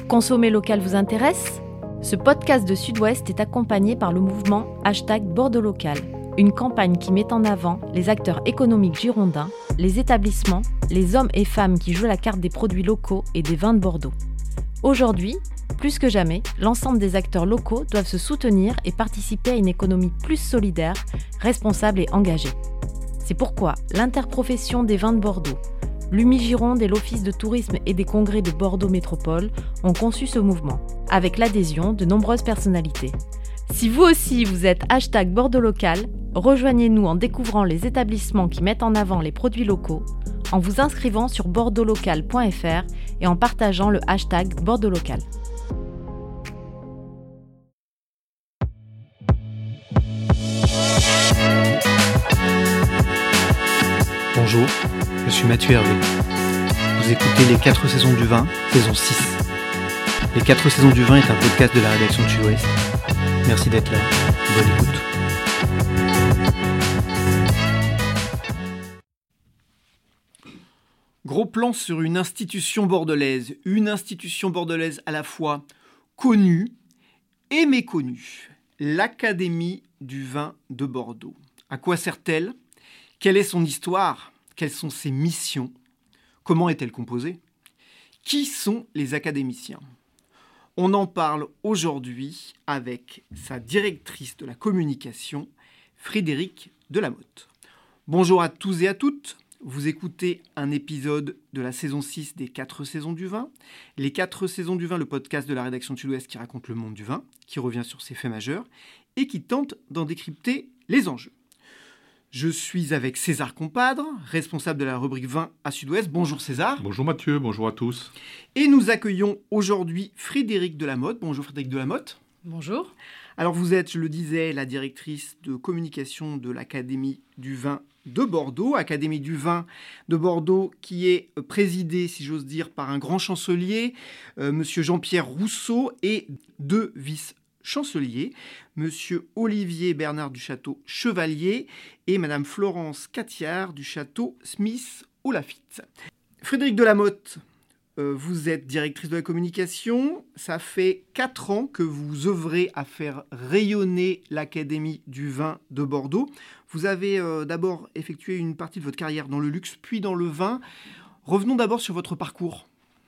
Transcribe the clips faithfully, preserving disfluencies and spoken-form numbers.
Consommer local vous intéresse ? Ce podcast de Sud-Ouest est accompagné par le mouvement hashtag Bordeaux Local, une campagne qui met en avant les acteurs économiques girondins, les établissements, les hommes et femmes qui jouent la carte des produits locaux et des vins de Bordeaux. Aujourd'hui, plus que jamais, l'ensemble des acteurs locaux doivent se soutenir et participer à une économie plus solidaire, responsable et engagée. C'est pourquoi l'interprofession des vins de Bordeaux, l'U M I Gironde et l'Office de tourisme et des congrès de Bordeaux Métropole ont conçu ce mouvement, avec l'adhésion de nombreuses personnalités. Si vous aussi vous êtes hashtag Bordeaux Local, rejoignez-nous en découvrant les établissements qui mettent en avant les produits locaux, en vous inscrivant sur bordeaux local point f r et en partageant le hashtag Bordeaux Local. Bonjour, je suis Mathieu Hervé. Vous écoutez Les quatre saisons du vin, saison six. Les quatre saisons du vin est un podcast de la rédaction de Sud-Ouest. Merci d'être là, bonne écoute. Gros plan sur une institution bordelaise, une institution bordelaise à la fois connue et méconnue, l'Académie du vin de Bordeaux. À quoi sert-elle ? Quelle est son histoire ? Quelles sont ses missions ? Comment est-elle composée ? Qui sont les académiciens ? On en parle aujourd'hui avec sa directrice de la communication, Frédérique Delamotte. Bonjour à tous et à toutes. Vous écoutez un épisode de la saison six des quatre saisons du vin. Les quatre saisons du vin, le podcast de la rédaction de Sud-Ouest qui raconte le monde du vin, qui revient sur ses faits majeurs et qui tente d'en décrypter les enjeux. Je suis avec César Compadre, responsable de la rubrique vin à Sud-Ouest. Bonjour César. Bonjour Mathieu, bonjour à tous. Et nous accueillons aujourd'hui Frédérique Delamotte. Bonjour Frédérique Delamotte. Bonjour. Alors vous êtes, je le disais, la directrice de communication de l'Académie du vin de Bordeaux. Académie du vin de Bordeaux qui est présidée, si j'ose dire, par un grand chancelier, euh, monsieur Jean-Pierre Rousseau, et deux vice-chanceliers, monsieur Olivier Bernard du Château Chevalier et madame Florence Catillard du Château Smith au Lafitte. Frédérique Delamotte, euh, vous êtes directrice de la communication. Ça fait quatre ans que vous œuvrez à faire rayonner l'Académie du vin de Bordeaux. Vous avez euh, d'abord effectué une partie de votre carrière dans le luxe, puis dans le vin. Revenons d'abord sur votre parcours.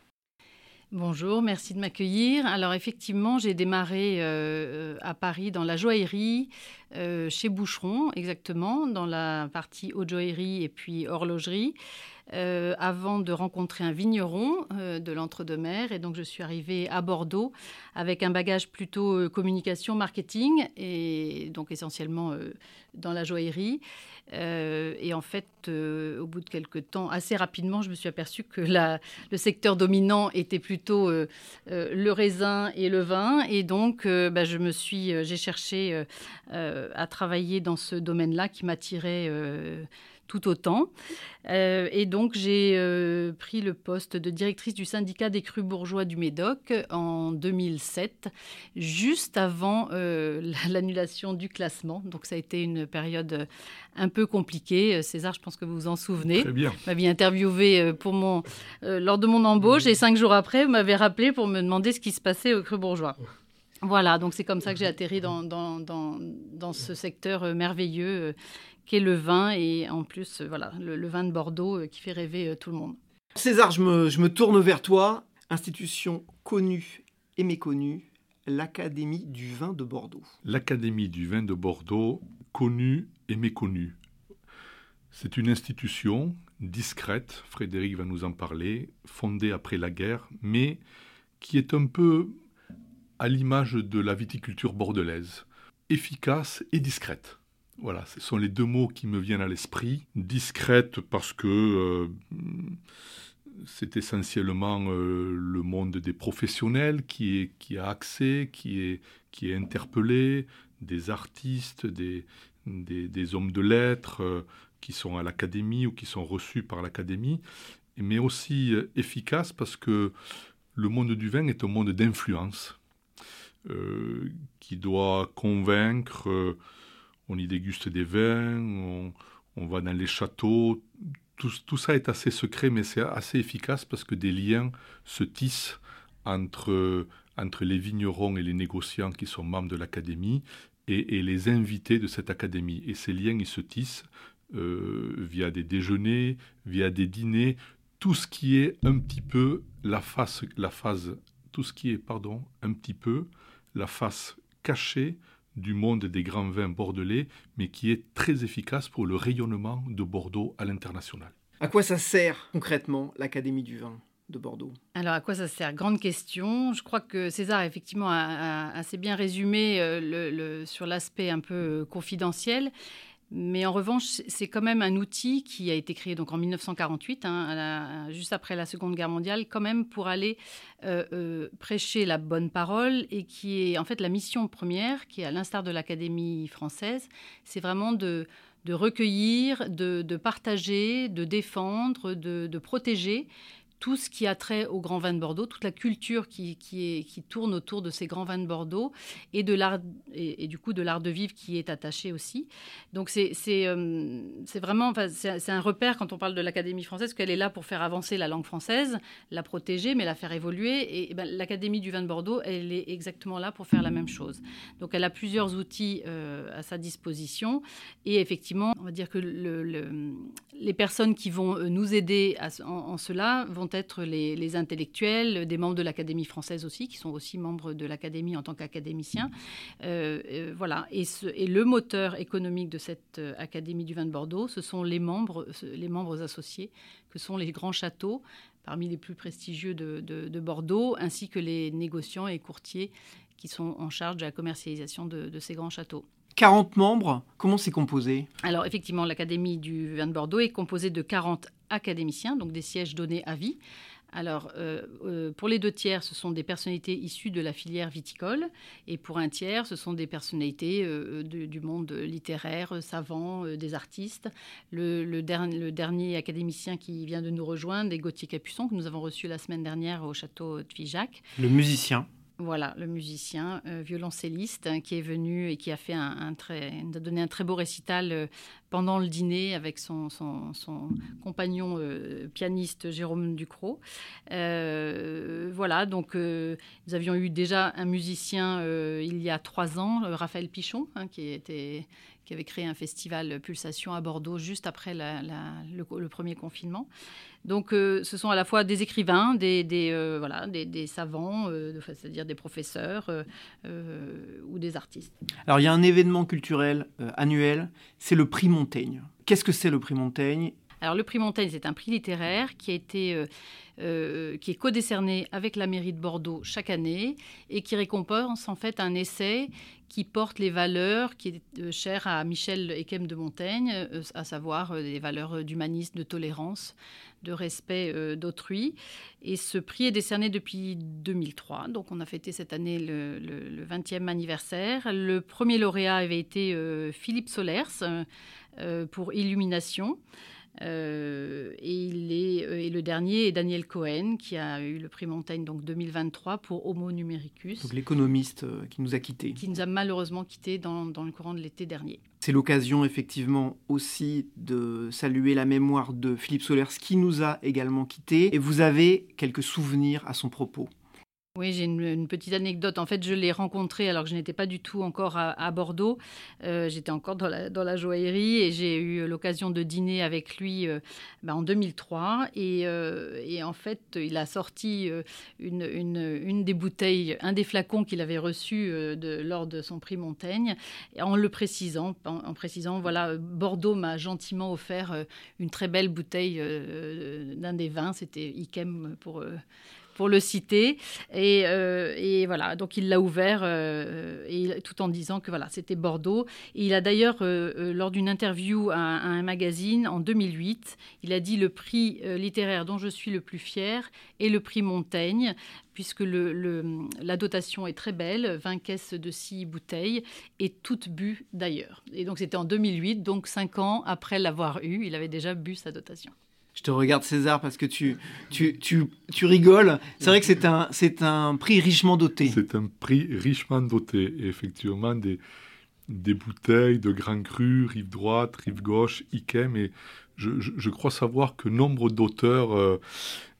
Bonjour, merci de m'accueillir. Alors effectivement, j'ai démarré euh, à Paris dans la joaillerie, euh, chez Boucheron exactement, dans la partie haute joaillerie et puis horlogerie, euh, avant de rencontrer un vigneron euh, de l'Entre-deux-Mers. Et donc je suis arrivée à Bordeaux avec un bagage plutôt euh, communication, marketing, et donc essentiellement euh, dans la joaillerie. Euh, et en fait, euh, au bout de quelques temps, assez rapidement, je me suis aperçue que la, le secteur dominant était plutôt euh, euh, le raisin et le vin. Et donc, euh, bah, je me suis, euh, j'ai cherché euh, euh, à travailler dans ce domaine-là qui m'attirait euh, tout autant. Euh, et donc, j'ai euh, pris le poste de directrice du syndicat des crus bourgeois du Médoc en deux mille sept, juste avant euh, l'annulation du classement. Donc, ça a été une période un peu compliquée. César, je pense que vous vous en souvenez. Très bien. Vous m'aviez interviewé pour mon, euh, lors de mon embauche, et cinq jours après, vous m'avez rappelé pour me demander ce qui se passait au cru bourgeois. Voilà, donc c'est comme ça que j'ai atterri dans, dans, dans, dans ce secteur merveilleux euh, qu'est le vin, et en plus, euh, voilà, le, le vin de Bordeaux euh, qui fait rêver euh, tout le monde. César, je me, je me tourne vers toi. Institution connue et méconnue, l'Académie du vin de Bordeaux. L'Académie du vin de Bordeaux, connue et méconnue. C'est une institution discrète, Frédéric va nous en parler, fondée après la guerre, mais qui est un peu à l'image de la viticulture bordelaise, efficace et discrète. Voilà, ce sont les deux mots qui me viennent à l'esprit. Discrète parce que euh, c'est essentiellement euh, le monde des professionnels qui, est, qui a accès, qui est, qui est interpellé, des artistes, des, des, des hommes de lettres euh, qui sont à l'académie ou qui sont reçus par l'académie, mais aussi euh, efficace parce que le monde du vin est un monde d'influence euh, qui doit convaincre. Euh, on y déguste des vins, on, on va dans les châteaux. Tout, tout ça est assez secret, mais c'est assez efficace parce que des liens se tissent entre, entre les vignerons et les négociants qui sont membres de l'académie et, et les invités de cette académie. Et ces liens, ils se tissent euh, via des déjeuners, via des dîners, tout ce qui est un petit peu la face, la phase, tout ce qui est, pardon, un petit peu la face cachée du monde des grands vins bordelais, mais qui est très efficace pour le rayonnement de Bordeaux à l'international. À quoi ça sert concrètement l'Académie du vin de Bordeaux ? Alors, à quoi ça sert ? Grande question. Je crois que César, effectivement, a, a assez bien résumé euh, le, le, sur l'aspect un peu euh, confidentiel. Mais en revanche, c'est quand même un outil qui a été créé donc en dix-neuf cent quarante-huit, hein, à la, juste après la Seconde Guerre mondiale, quand même pour aller euh, euh, prêcher la bonne parole, et qui est en fait la mission première, qui est à l'instar de l'Académie française, c'est vraiment de, de recueillir, de, de partager, de défendre, de, de protéger tout ce qui a trait aux grands vins de Bordeaux, toute la culture qui, qui, est, qui tourne autour de ces grands vins de Bordeaux, et, de l'art, et, et du coup de l'art de vivre qui est attaché aussi. Donc c'est, c'est, euh, c'est vraiment, enfin, c'est, c'est un repère quand on parle de l'Académie française, qu'elle est là pour faire avancer la langue française, la protéger, mais la faire évoluer. Et, et ben, l'Académie du vin de Bordeaux, elle est exactement là pour faire la même chose. Donc elle a plusieurs outils euh, à sa disposition. Et effectivement, on va dire que le, le, les personnes qui vont nous aider à, en, en cela vont être les, les intellectuels, des membres de l'Académie française aussi, qui sont aussi membres de l'Académie en tant qu'académiciens. Euh, euh, voilà. Et, ce, et le moteur économique de cette euh, Académie du vin de Bordeaux, ce sont les membres, les membres associés, que sont les grands châteaux, parmi les plus prestigieux de, de, de Bordeaux, ainsi que les négociants et courtiers qui sont en charge de la commercialisation de, de ces grands châteaux. quarante membres, comment c'est composé ? Alors effectivement, l'Académie du vin de Bordeaux est composée de quarante académiciens, donc des sièges donnés à vie. Alors, euh, euh, pour les deux tiers, ce sont des personnalités issues de la filière viticole, et pour un tiers, ce sont des personnalités euh, de, du monde littéraire, savants, euh, des artistes. Le, le, der- le dernier académicien qui vient de nous rejoindre est Gauthier Capuçon, que nous avons reçu la semaine dernière au château de Figeac. Le musicien. Voilà, le musicien, euh, violoncelliste, hein, qui est venu et qui a fait un, un très, a donné un très beau récital euh, pendant le dîner avec son, son, son compagnon euh, pianiste Jérôme Ducrot. Euh, voilà, donc euh, nous avions eu déjà un musicien euh, il y a trois ans, euh, Raphaël Pichon, hein, qui était... qui avait créé un festival Pulsation à Bordeaux juste après la, la, le, le premier confinement. Donc, euh, ce sont à la fois des écrivains, des, des, euh, voilà, des, des savants, euh, c'est-à-dire des professeurs euh, euh, ou des artistes. Alors, il y a un événement culturel euh, annuel, c'est le prix Montaigne. Qu'est-ce que c'est le prix Montaigne ? Alors, le prix Montaigne, c'est un prix littéraire qui a été... Euh, Euh, qui est co-décerné avec la mairie de Bordeaux chaque année et qui récompense en fait un essai qui porte les valeurs qui est euh, chères à Michel Eyquem de Montaigne, euh, à savoir euh, des valeurs d'humanisme, de tolérance, de respect euh, d'autrui. Et ce prix est décerné depuis deux mille trois, donc on a fêté cette année le, le, le vingtième anniversaire. Le premier lauréat avait été euh, Philippe Solers euh, pour Illumination. Euh, et, il est, euh, et le dernier est Daniel Cohen, qui a eu le prix Montaigne donc deux mille vingt-trois pour Homo Numericus. Donc l'économiste euh, qui nous a quittés. Qui nous a malheureusement quittés dans, dans le courant de l'été dernier. C'est l'occasion effectivement aussi de saluer la mémoire de Philippe Solers qui nous a également quittés. Et vous avez quelques souvenirs à son propos. Oui, j'ai une, une petite anecdote. En fait, je l'ai rencontré alors que je n'étais pas du tout encore à, à Bordeaux. Euh, j'étais encore dans la, dans la joaillerie et j'ai eu l'occasion de dîner avec lui euh, bah, en deux mille trois. Et, euh, et en fait, il a sorti euh, une, une, une des bouteilles, un des flacons qu'il avait reçu euh, de, lors de son prix Montaigne, en le précisant, en, en précisant, voilà, Bordeaux m'a gentiment offert euh, une très belle bouteille euh, d'un des vins. C'était Eyquem pour... Euh, pour le citer. Et, euh, et voilà, donc il l'a ouvert euh, et, tout en disant que voilà, c'était Bordeaux. Et il a d'ailleurs, euh, lors d'une interview à, à un magazine en deux mille huit, il a dit « Le prix euh, littéraire dont je suis le plus fier est le prix Montaigne » puisque le, le, la dotation est très belle, vingt caisses de six bouteilles, et toutes bues d'ailleurs. Et donc c'était en deux mille huit, donc cinq ans après l'avoir eu, il avait déjà bu sa dotation. Je te regarde, César, parce que tu, tu, tu, tu rigoles. C'est vrai que c'est un, c'est un prix richement doté. C'est un prix richement doté. Et effectivement, des, des bouteilles de Grand Cru, rive droite, rive gauche, Eyquem. Et je, je, je crois savoir que nombre d'auteurs euh,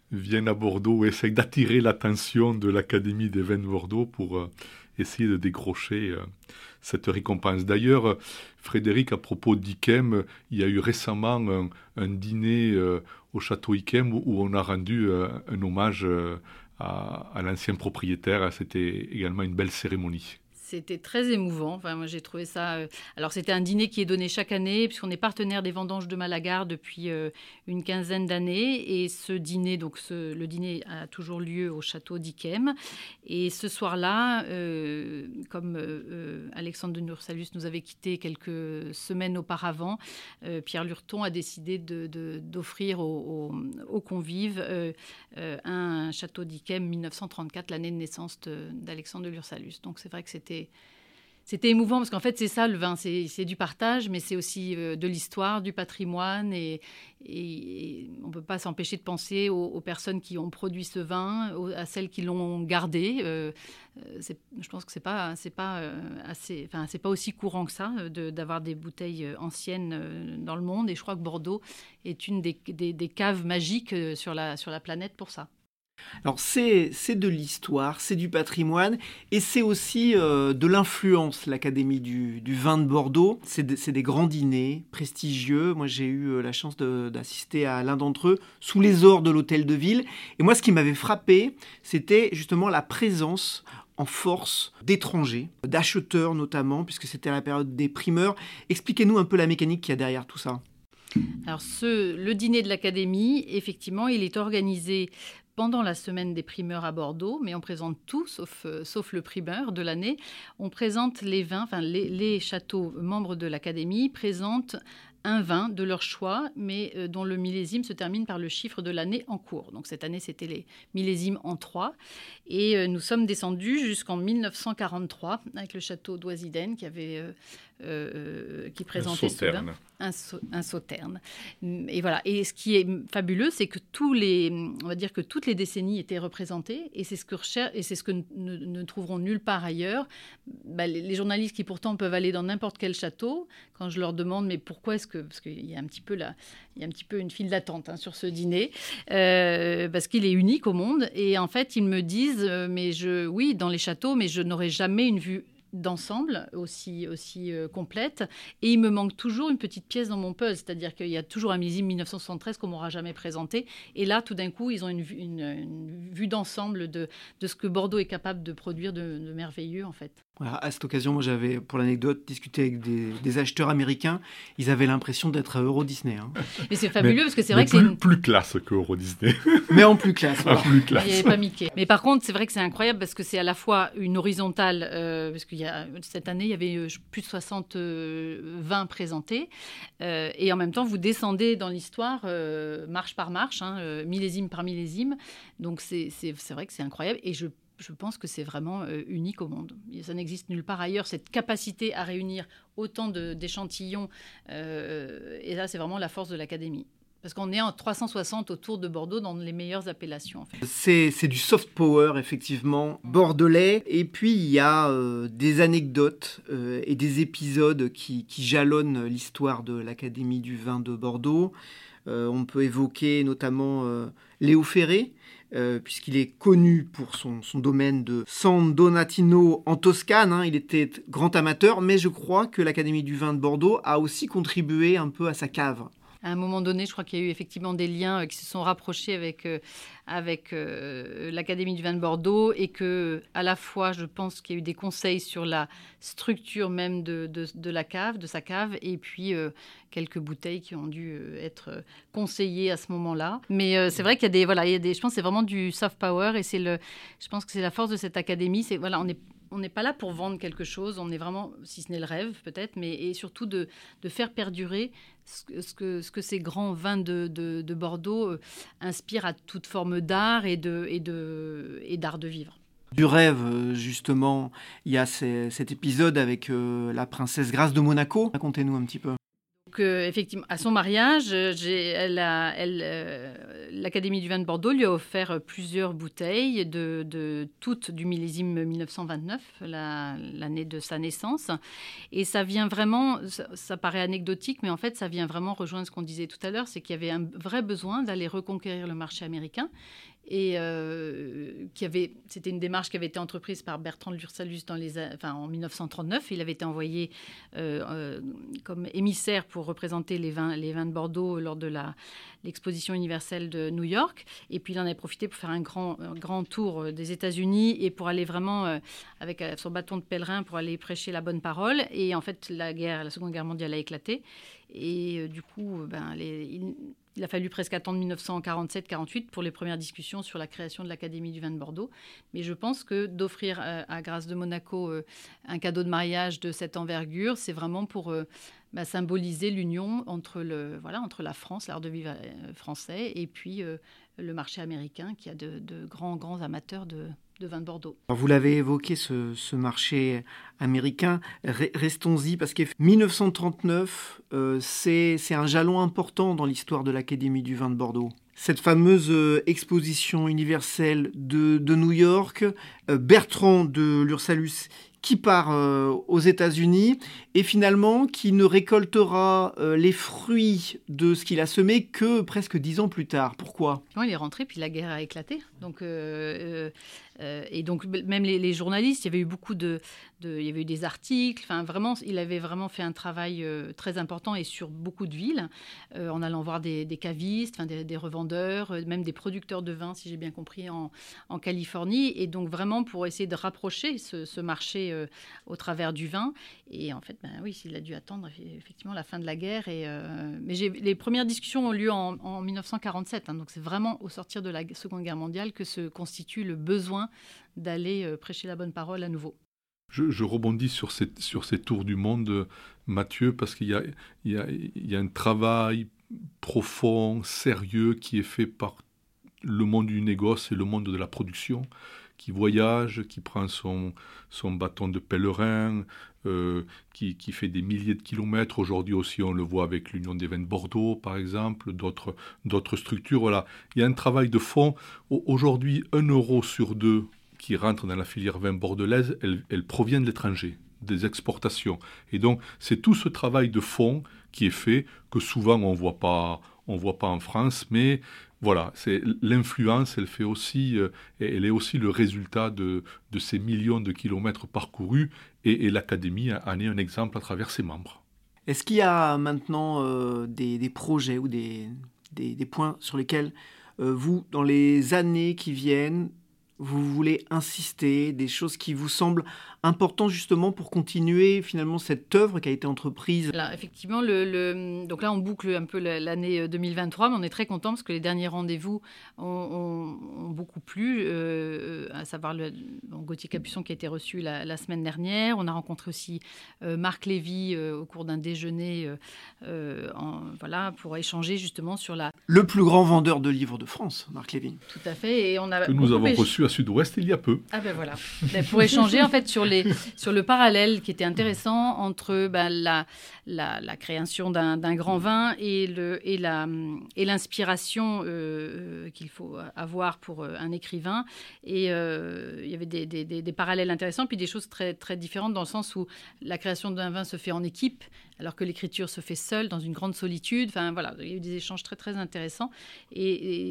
viennent à Bordeaux et essayent d'attirer l'attention de l'Académie des vins de Bordeaux pour euh, essayer de décrocher euh, cette récompense. D'ailleurs, Frédéric, à propos d'Yquem, il y a eu récemment un, un dîner euh, au château Yquem où, où on a rendu euh, un hommage euh, à, à l'ancien propriétaire. C'était également une belle cérémonie. C'était très émouvant. Enfin, moi, j'ai trouvé ça... Euh... Alors, c'était un dîner qui est donné chaque année, puisqu'on est partenaire des vendanges de Malagar depuis euh, une quinzaine d'années. Et ce dîner, donc ce, le dîner a toujours lieu au château d'Yquem. Et ce soir-là, euh, comme euh, Alexandre de Nursalus nous avait quittés quelques semaines auparavant, euh, Pierre Lurton a décidé de, de, d'offrir aux, aux, aux convives euh, euh, un château d'Yquem mille neuf cent trente-quatre, l'année de naissance de, d'Alexandre de Nursalus. Donc, c'est vrai que c'était C'était émouvant parce qu'en fait, c'est ça le vin, c'est, c'est du partage, mais c'est aussi euh, de l'histoire, du patrimoine. Et, et, et on ne peut pas s'empêcher de penser aux, aux personnes qui ont produit ce vin, aux, à celles qui l'ont gardé. Euh, c'est, je pense que ce n'est pas, c'est pas, euh, assez, enfin, c'est pas aussi courant que ça de, d'avoir des bouteilles anciennes euh, dans le monde. Et je crois que Bordeaux est une des, des, des caves magiques sur la, sur la planète pour ça. Alors c'est, c'est de l'histoire, c'est du patrimoine et c'est aussi euh, de l'influence, l'Académie du, du vin de Bordeaux. C'est, de, c'est des grands dîners prestigieux. Moi j'ai eu euh, la chance de, d'assister à l'un d'entre eux sous les ors de l'Hôtel de Ville. Et moi ce qui m'avait frappé, c'était justement la présence en force d'étrangers, d'acheteurs notamment, puisque c'était à la période des primeurs. Expliquez-nous un peu la mécanique qu'il y a derrière tout ça. Alors ce, le dîner de l'Académie, effectivement, il est organisé pendant la semaine des primeurs à Bordeaux, mais on présente tout, sauf, euh, sauf le primeur de l'année. On présente les vins, enfin les, les châteaux membres de l'Académie présentent un vin de leur choix, mais euh, dont le millésime se termine par le chiffre de l'année en cours. Donc cette année, c'était les millésimes en trois. Et euh, nous sommes descendus jusqu'en dix-neuf cent quarante-trois avec le château d'Oisiden qui avait... Euh, Euh, qui présentait ce vin, un, sau- un sauterne. Et voilà. Et ce qui est fabuleux, c'est que tous les, on va dire que toutes les décennies étaient représentées, et c'est ce que recherche, et c'est ce que nous ne, ne trouverons nulle part ailleurs. Bah, les, les journalistes qui pourtant peuvent aller dans n'importe quel château, quand je leur demande mais pourquoi est-ce que, parce qu'il y a un petit peu là, il y a un petit peu une file d'attente hein, sur ce dîner, euh, parce qu'il est unique au monde. Et en fait, ils me disent, euh, mais je, oui, dans les châteaux, mais je n'aurai jamais une vue d'ensemble aussi, aussi euh, complète, et il me manque toujours une petite pièce dans mon puzzle, c'est-à-dire qu'il y a toujours un millésime mille neuf cent soixante-treize qu'on m'aura jamais présenté, et là tout d'un coup ils ont une, une, une vue d'ensemble de, de ce que Bordeaux est capable de produire de, de merveilleux en fait. Voilà, à cette occasion, moi j'avais, pour l'anecdote, discuté avec des, des acheteurs américains. Ils avaient l'impression d'être à Euro Disney. Hein. Mais c'est fabuleux mais, parce que c'est vrai que plus, c'est une... plus classe que Euro Disney. Mais en plus classe. Voilà. plus classe. Il n'y avait pas Mickey. Mais par contre, c'est vrai que c'est incroyable parce que c'est à la fois une horizontale, euh, parce qu'il y a cette année il y avait plus de soixante euh, vins présentés, euh, et en même temps vous descendez dans l'histoire euh, marche par marche, hein, euh, millésime par millésime. Donc c'est, c'est, c'est vrai que c'est incroyable, et je Je pense que c'est vraiment euh, unique au monde. Ça n'existe nulle part ailleurs, cette capacité à réunir autant de, d'échantillons. Euh, et là, c'est vraiment la force de l'Académie. Parce qu'on est en trois cent soixante autour de Bordeaux dans les meilleures appellations. En fait. c'est, c'est du soft power, effectivement, bordelais. Et puis, il y a euh, des anecdotes euh, et des épisodes qui, qui jalonnent l'histoire de l'Académie du vin de Bordeaux. Euh, on peut évoquer notamment euh, Léo Ferré, Euh, puisqu'il est connu pour son, son domaine de San Donatino en Toscane. Hein. Il était grand amateur, mais je crois que l'Académie du vin de Bordeaux a aussi contribué un peu à sa cave. À un moment donné, je crois qu'il y a eu effectivement des liens euh, qui se sont rapprochés avec, euh, avec euh, l'Académie du vin de Bordeaux, et que, à la fois, je pense qu'il y a eu des conseils sur la structure même de, de, de la cave, de sa cave, et puis euh, quelques bouteilles qui ont dû euh, être conseillées à ce moment-là. Mais euh, c'est vrai qu'il y a des, voilà, il y a des, je pense que c'est vraiment du soft power, et c'est le, je pense que c'est la force de cette académie. C'est, voilà, on est On n'est pas là pour vendre quelque chose, on est vraiment, si ce n'est le rêve peut-être, mais et surtout de, de faire perdurer ce que, ce, que, ce que ces grands vins de, de, de Bordeaux euh, inspirent à toute forme d'art et, de, et, de, et d'art de vivre. Du rêve, justement, il y a ces, cet épisode avec euh, la princesse Grâce de Monaco. Racontez-nous un petit peu. donc, euh, effectivement, à son mariage, j'ai, elle a, elle, euh, l'Académie du vin de Bordeaux lui a offert plusieurs bouteilles, de, de, toutes du millésime mille neuf cent vingt-neuf, la, l'année de sa naissance. Et ça vient vraiment, ça, ça paraît anecdotique, mais en fait, ça vient vraiment rejoindre ce qu'on disait tout à l'heure, c'est qu'il y avait un vrai besoin d'aller reconquérir le marché américain. Et euh, qui avait, c'était une démarche qui avait été entreprise par Bertrand de Lursalus dans les, enfin, en mille neuf cent trente-neuf. Il avait été envoyé euh, euh, comme émissaire pour représenter les vins, les vins de Bordeaux lors de la, l'exposition universelle de New York. Et puis il en a profité pour faire un grand, un grand tour des États-Unis et pour aller vraiment, euh, avec son bâton de pèlerin, pour aller prêcher la bonne parole. Et en fait, la, guerre, la Seconde Guerre mondiale a éclaté. Et euh, du coup, ben, les, il, il a fallu presque attendre mille neuf cent quarante-sept quarante-huit pour les premières discussions sur la création de l'Académie du vin de Bordeaux. Mais je pense que d'offrir euh, à Grâce de Monaco euh, un cadeau de mariage de cette envergure, c'est vraiment pour euh, bah, symboliser l'union entre, le, voilà, entre la France, l'art de vivre euh, français, et puis euh, le marché américain qui a de, de grands, grands amateurs de, de vin de Bordeaux. Alors vous l'avez évoqué, ce, ce marché américain. Re- restons-y, parce que mille neuf cent trente-neuf, euh, c'est, c'est un jalon important dans l'histoire de l'Académie du vin de Bordeaux. Cette fameuse euh, exposition universelle de, de New York, euh, Bertrand de Lursalus qui part euh, aux États-Unis et finalement qui ne récoltera euh, les fruits de ce qu'il a semé que presque dix ans plus tard. Pourquoi ? Non, il est rentré, puis la guerre a éclaté. Donc, euh, euh, et donc, même les, les journalistes, il y avait eu beaucoup de, de... Il y avait eu des articles. Enfin, vraiment, il avait vraiment fait un travail euh, très important et sur beaucoup de villes, euh, en allant voir des, des cavistes, enfin, des, des revendeurs, euh, même des producteurs de vin, si j'ai bien compris, en, en Californie. Et donc, vraiment, pour essayer de rapprocher ce, ce marché euh, au travers du vin. Et en fait, ben oui, il a dû attendre effectivement la fin de la guerre. Et, euh, mais j'ai, les premières discussions ont lieu en, en mille neuf cent quarante-sept. Hein, donc, c'est vraiment au sortir de la Seconde Guerre mondiale que se constitue le besoin d'aller euh, prêcher la bonne parole à nouveau. Je, je rebondis sur ces, sur ces tours du monde, Mathieu, parce qu'il y a, il y a, il y a un travail profond, sérieux, qui est fait par le monde du négoce et le monde de la production, qui voyage, qui prend son, son bâton de pèlerin, euh, qui, qui fait des milliers de kilomètres. Aujourd'hui aussi, on le voit avec l'Union des vins de Bordeaux, par exemple, d'autres, d'autres structures. Voilà. Il y a un travail de fond. Aujourd'hui, un euro sur deux qui rentre dans la filière vin bordelaise, elle, elle provient de l'étranger, des exportations. Et donc, c'est tout ce travail de fond qui est fait, que souvent on ne voit pas, on voit pas en France, mais voilà, c'est, l'influence, elle, fait aussi, euh, elle est aussi le résultat de, de ces millions de kilomètres parcourus, et, et l'Académie en est un exemple à travers ses membres. Est-ce qu'il y a maintenant euh, des, des projets ou des, des, des points sur lesquels euh, vous, dans les années qui viennent, vous voulez insister, des choses qui vous semblent importantes justement pour continuer finalement cette œuvre qui a été entreprise ? Là, effectivement, le, le, donc là on boucle un peu l'année deux mille vingt-trois, mais on est très content parce que les derniers rendez-vous ont, ont, ont beaucoup plu, euh, à savoir le, bon, Gauthier Capuçon qui a été reçu la, la semaine dernière. On a rencontré aussi euh, Marc Lévy euh, au cours d'un déjeuner euh, euh, en, voilà, pour échanger justement sur la... Le plus grand vendeur de livres de France, Marc Lévy. Tout à fait. Et on a que nous avons éch... reçu à Sud-Ouest il y a peu. Ah ben voilà. Ben, pour échanger en fait sur, les, sur le parallèle qui était intéressant entre ben, la, la, la création d'un, d'un grand vin et, le, et, la, et l'inspiration euh, qu'il faut avoir pour un écrivain. Et euh, il y avait des, des, des, des parallèles intéressants, puis des choses très, très différentes dans le sens où la création d'un vin se fait en équipe, alors que l'écriture se fait seule, dans une grande solitude. Enfin, voilà, il y a eu des échanges très, très intéressants. Et,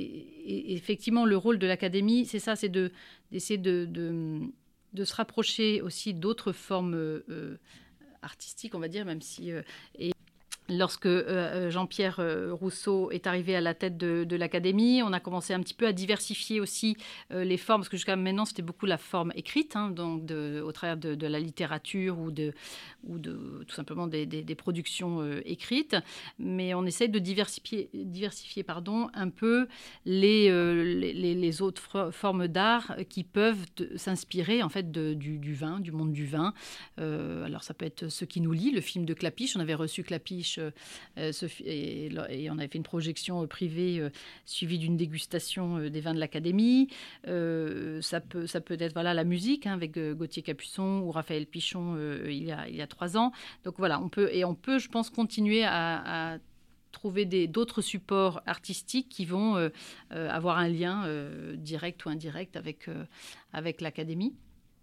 et, et effectivement, le rôle de l'Académie, c'est ça, c'est de, d'essayer de, de, de se rapprocher aussi d'autres formes euh, artistiques, on va dire, même si... Euh, et lorsque euh, Jean-Pierre euh, Rousseau est arrivé à la tête de, de l'Académie, on a commencé un petit peu à diversifier aussi euh, les formes, parce que jusqu'à maintenant, c'était beaucoup la forme écrite, hein, donc de, au travers de, de la littérature ou, de, ou de, tout simplement des, des, des productions euh, écrites. Mais on essaye de diversifier, diversifier pardon, un peu les, euh, les, les autres formes d'art qui peuvent de, s'inspirer en fait, de, du, du vin, du monde du vin. Euh, alors, ça peut être Ce qui nous lie, le film de Clapiche. On avait reçu Clapiche euh, se, et, et on avait fait une projection privée euh, suivie d'une dégustation euh, des vins de l'Académie. Euh, ça, peut, ça peut être voilà, la musique, hein, avec euh, Gauthier Capuçon ou Raphaël Pichon euh, il, y a, il y a trois ans. Donc voilà, on peut, et on peut, je pense, continuer à... à trouver des, d'autres supports artistiques qui vont euh, euh, avoir un lien euh, direct ou indirect avec, euh, avec l'Académie.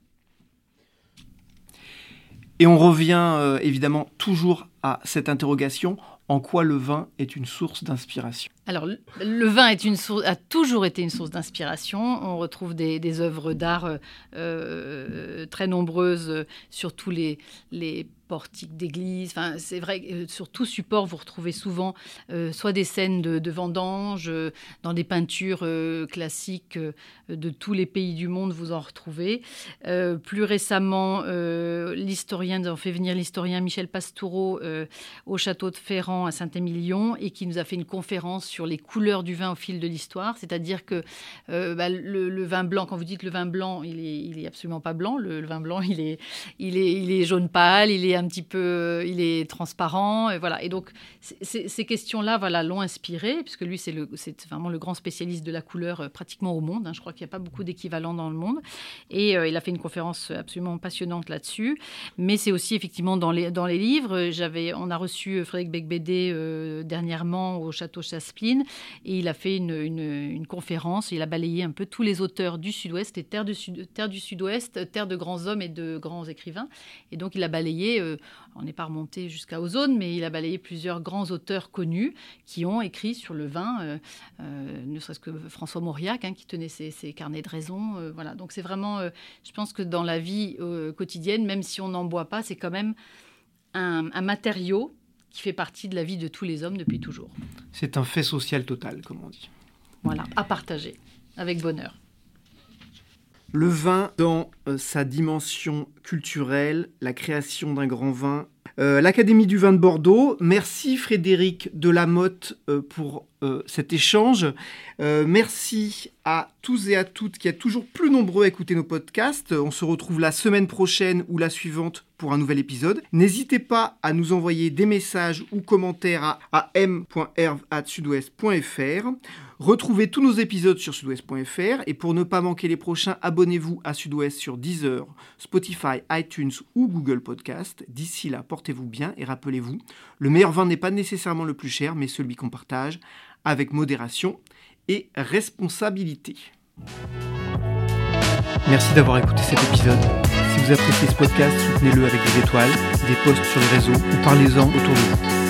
Et on revient euh, évidemment toujours à cette interrogation, en quoi le vin est une source d'inspiration ? Alors, le, le vin est une source, a toujours été une source d'inspiration. On retrouve des, des œuvres d'art euh, très nombreuses sur tous les, les portiques d'église. Enfin, c'est vrai que sur tout support, vous retrouvez souvent euh, soit des scènes de, de vendanges, euh, dans des peintures euh, classiques euh, de tous les pays du monde, vous en retrouvez. Euh, plus récemment, euh, l'historien, on fait venir l'historien Michel Pastoureau euh, au château de Ferrand à Saint-Émilion et qui nous a fait une conférence sur les couleurs du vin au fil de l'histoire. C'est-à-dire que euh, bah, le, le vin blanc, quand vous dites le vin blanc, il est, il est absolument pas blanc. Le, le vin blanc, il est, il est, il est jaune pâle, il est un petit peu, il est transparent, et voilà. Et donc c- ces questions-là, voilà, l'ont inspiré, puisque lui, c'est, le, c'est vraiment le grand spécialiste de la couleur euh, pratiquement au monde. Hein. Je crois qu'il n'y a pas beaucoup d'équivalents dans le monde. Et euh, il a fait une conférence absolument passionnante là-dessus. Mais c'est aussi effectivement dans les dans les livres. J'avais, on a reçu Frédéric Becbédé euh, dernièrement au château Chaspline, et il a fait une, une, une conférence. Il a balayé un peu tous les auteurs du Sud-Ouest, et terre du, Sud, terre du Sud-Ouest, terre de grands hommes et de grands écrivains. Et donc il a balayé. Euh, On n'est pas remonté jusqu'à Ozone, mais il a balayé plusieurs grands auteurs connus qui ont écrit sur le vin, euh, euh, ne serait-ce que François Mauriac, hein, qui tenait ses, ses carnets de raison. Euh, voilà. Donc c'est vraiment, euh, je pense que dans la vie euh, quotidienne, même si on n'en boit pas, c'est quand même un, un matériau qui fait partie de la vie de tous les hommes depuis toujours. C'est un fait social total, comme on dit. Voilà, à partager, avec bonheur. Le vin dans euh, sa dimension culturelle, la création d'un grand vin. Euh, L'Académie du vin de Bordeaux, merci Frédéric Delamotte euh, pour euh, cet échange. Euh, merci à tous et à toutes qui êtes toujours plus nombreux à écouter nos podcasts. On se retrouve la semaine prochaine ou la suivante pour un nouvel épisode. N'hésitez pas à nous envoyer des messages ou commentaires à, à m point herve arobase sudouest point f r. Retrouvez tous nos épisodes sur sudouest point f r et pour ne pas manquer les prochains, abonnez-vous à Sud-Ouest sur Deezer, Spotify, iTunes ou Google Podcast. D'ici là, portez-vous bien et rappelez-vous, le meilleur vin n'est pas nécessairement le plus cher, mais celui qu'on partage avec modération et responsabilité. Merci d'avoir écouté cet épisode. Si vous appréciez ce podcast, soutenez-le avec des étoiles, des posts sur les réseaux ou parlez-en autour de vous.